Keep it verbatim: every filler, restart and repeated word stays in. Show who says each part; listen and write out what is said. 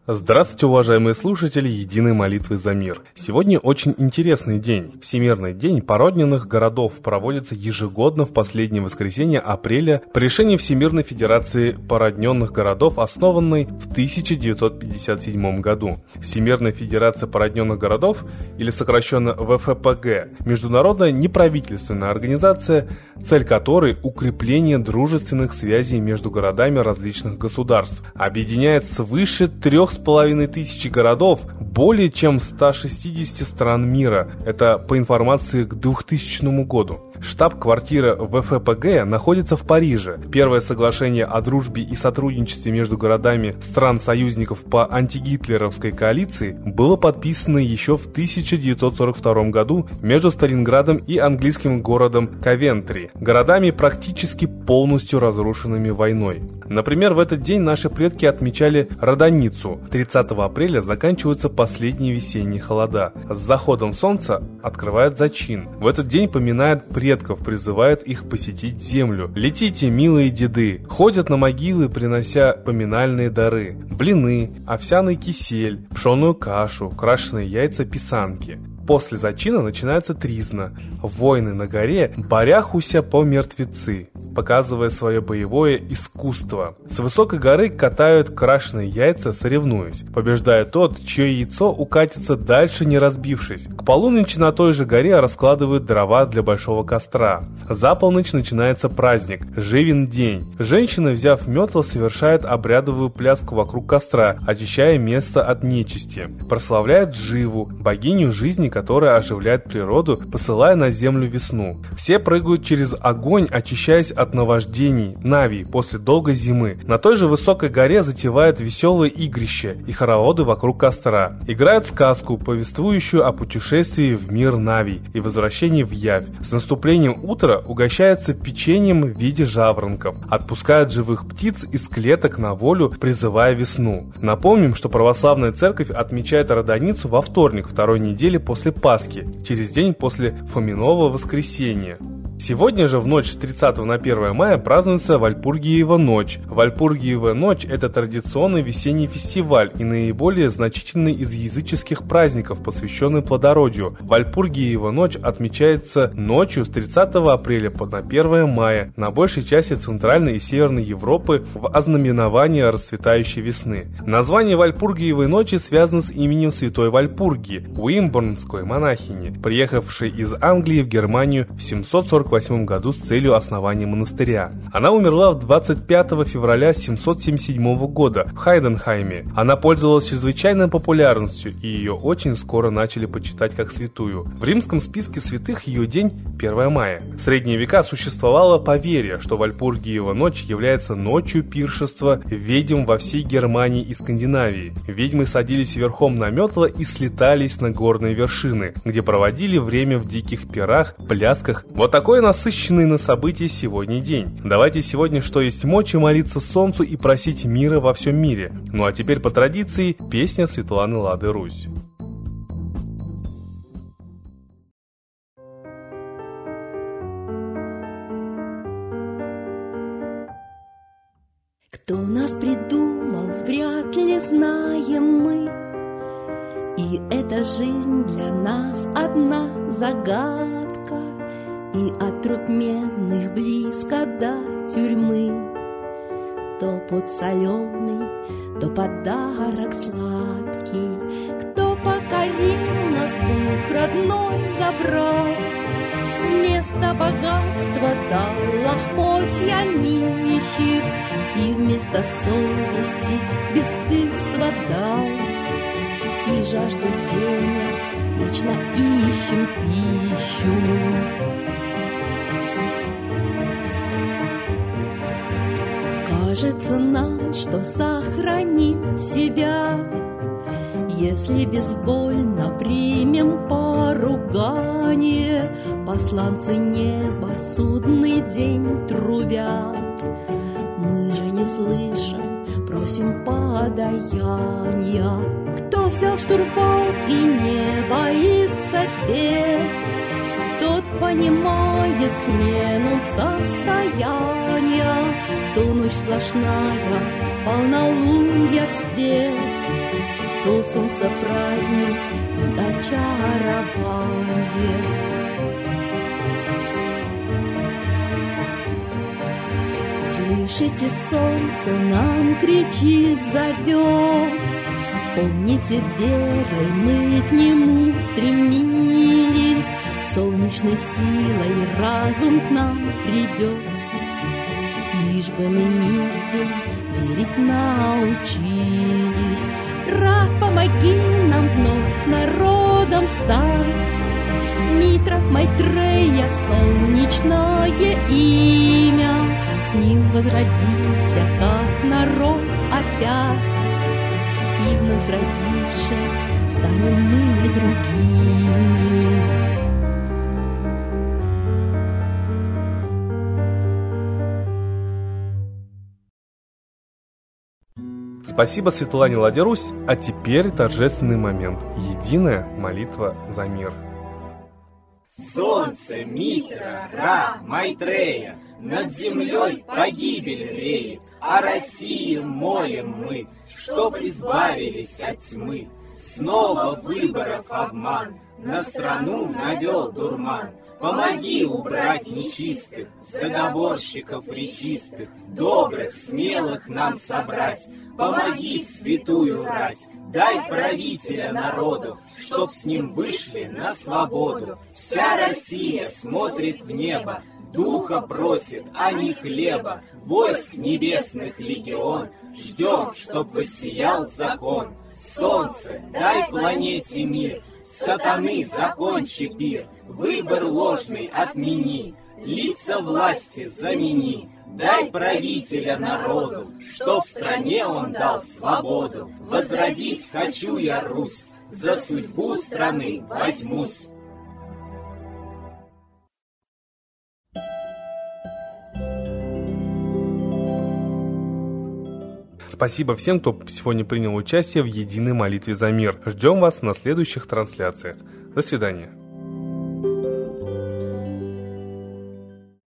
Speaker 1: Здравствуйте, уважаемые слушатели Единой молитвы за мир. Сегодня очень интересный день. Всемирный день породненных городов проводится ежегодно в последнее воскресенье апреля по решению Всемирной Федерации породненных городов, основанной в тысяча девятьсот пятьдесят седьмом году. Всемирная Федерация породненных городов, или сокращенно вэ эф пэ гэ, международная неправительственная организация, цель которой – укрепление дружественных связей между городами различных государств, объединяет свыше трех с половиной тысячи городов более чем в ста шестидесяти стран мира. Это по информации к двухтысячному году. Штаб-квартира вэ эф пэ гэ находится в Париже. Первое соглашение о дружбе и сотрудничестве между городами стран-союзников по антигитлеровской коалиции было подписано еще в тысяча девятьсот сорок втором году между Сталинградом и английским городом Ковентри, городами практически полностью разрушенными войной. Например, в этот день наши предки отмечали Родоницу. тридцатого апреля заканчиваются последние весенние холода. С заходом солнца открывают зачин. В этот день поминают предков, призывает их посетить землю. Летите, милые деды, ходят на могилы, принося поминальные дары: блины, овсяный кисель, пшеную кашу, крашеные яйца, писанки. После зачина начинается тризна. Воины на горе боряхуся по мертвецы, показывая свое боевое искусство. С высокой горы катают крашеные яйца, соревнуясь. Побеждает тот, чье яйцо укатится дальше, не разбившись. К полуночи на той же горе раскладывают дрова для большого костра. За полночь начинается праздник – Живин день. Женщины, взяв метло, совершают обрядовую пляску вокруг костра, очищая место от нечисти. Прославляют Живу, богиню жизни, которая оживляет природу, посылая на землю весну. Все прыгают через огонь, очищаясь от наваждений, нави, после долгой зимы. На той же высокой горе затевают веселые игрища и хороводы вокруг костра. Играют сказку, повествующую о путешествии в мир нави и возвращении в явь. С наступлением утра угощаются печеньем в виде жаворонков. Отпускают живых птиц из клеток на волю, призывая весну. Напомним, что православная церковь отмечает Родоницу во вторник второй недели после Пасхи, через день после Фоминого воскресения. Сегодня же в ночь с тридцатого на первое мая празднуется Вальпургиева ночь. Вальпургиева ночь – это традиционный весенний фестиваль и наиболее значительный из языческих праздников, посвященный плодородию. Вальпургиева ночь отмечается ночью с тридцатого апреля по первое мая на большей части Центральной и Северной Европы в ознаменование расцветающей весны. Название Вальпургиевой ночи связано с именем святой Вальпургии, уимборнской монахини, приехавшей из Англии в Германию в семьсот сорок восьмом году с целью основания монастыря. Она умерла двадцать пятого февраля семьсот семьдесят седьмого года в Хайденхайме. Она пользовалась чрезвычайной популярностью, и ее очень скоро начали почитать как святую. В римском списке святых ее день первое мая. В средние века существовало поверье, что Вальпургиева ночь является ночью пиршества ведьм во всей Германии и Скандинавии. Ведьмы садились верхом на метла и слетались на горные вершины, где проводили время в диких пирах, плясках. Вот такой насыщенный на события сегодня день. Давайте сегодня, что есть мочи, молиться солнцу и просить мира во всем мире. Ну а теперь по традиции песня Светланы Лады Русь.
Speaker 2: Кто нас придумал, вряд ли знаем мы, и эта жизнь для нас одна загадка. И от труп медных близко до тюрьмы, то путь соленый, то подарок сладкий. Кто покорил нас, дух родной забрал, вместо богатства дал лохмотья нищих, и вместо совести бесстыдства дал. И жажду денег вечно ищем пищу. Кажется нам, что сохраним себя, если безвольно примем поругание. Посланцы неба судный день трубят, мы же не слышим, просим подаяния. Кто взял штурвал и не боится бед, тот понимает смену состояния. То ночь сплошная, полнолунья свет, что солнце праздник и очарование. Слышите, солнце нам кричит, зовет. Помните, верой мы к нему стремились, солнечной силой разум к нам придет. Лишь бы мы миру верить научились. Ра, помоги нам вновь народом стать. Митра, Майтрея, солнечное имя. С ним возродимся, как народ опять. И вновь родившись, станем мы другими.
Speaker 1: Спасибо Светлане Ладе-Русь, а теперь торжественный момент. Единая молитва за мир.
Speaker 3: Солнце, Митра, Ра, Майтрея, над землей погибель реет, о России молим мы, чтоб избавились от тьмы. Снова выборов обман на страну навел дурман. Помоги убрать нечистых, заговорщиков речистых, добрых, смелых нам собрать. Помоги в святую рать, дай правителя народу, чтоб с ним вышли на свободу. Вся Россия смотрит в небо, духа просит, а не хлеба. Войск небесных легион, ждем, чтоб воссиял закон. Солнце, дай планете мир, сатаны закончи пир, выбор ложный отмени, лица власти замени. Дай правителя народу, что в стране он дал свободу. Возродить хочу я Русь, за судьбу страны возьмусь.
Speaker 1: Спасибо всем, кто сегодня принял участие в единой молитве за мир. Ждем вас на следующих трансляциях. До свидания.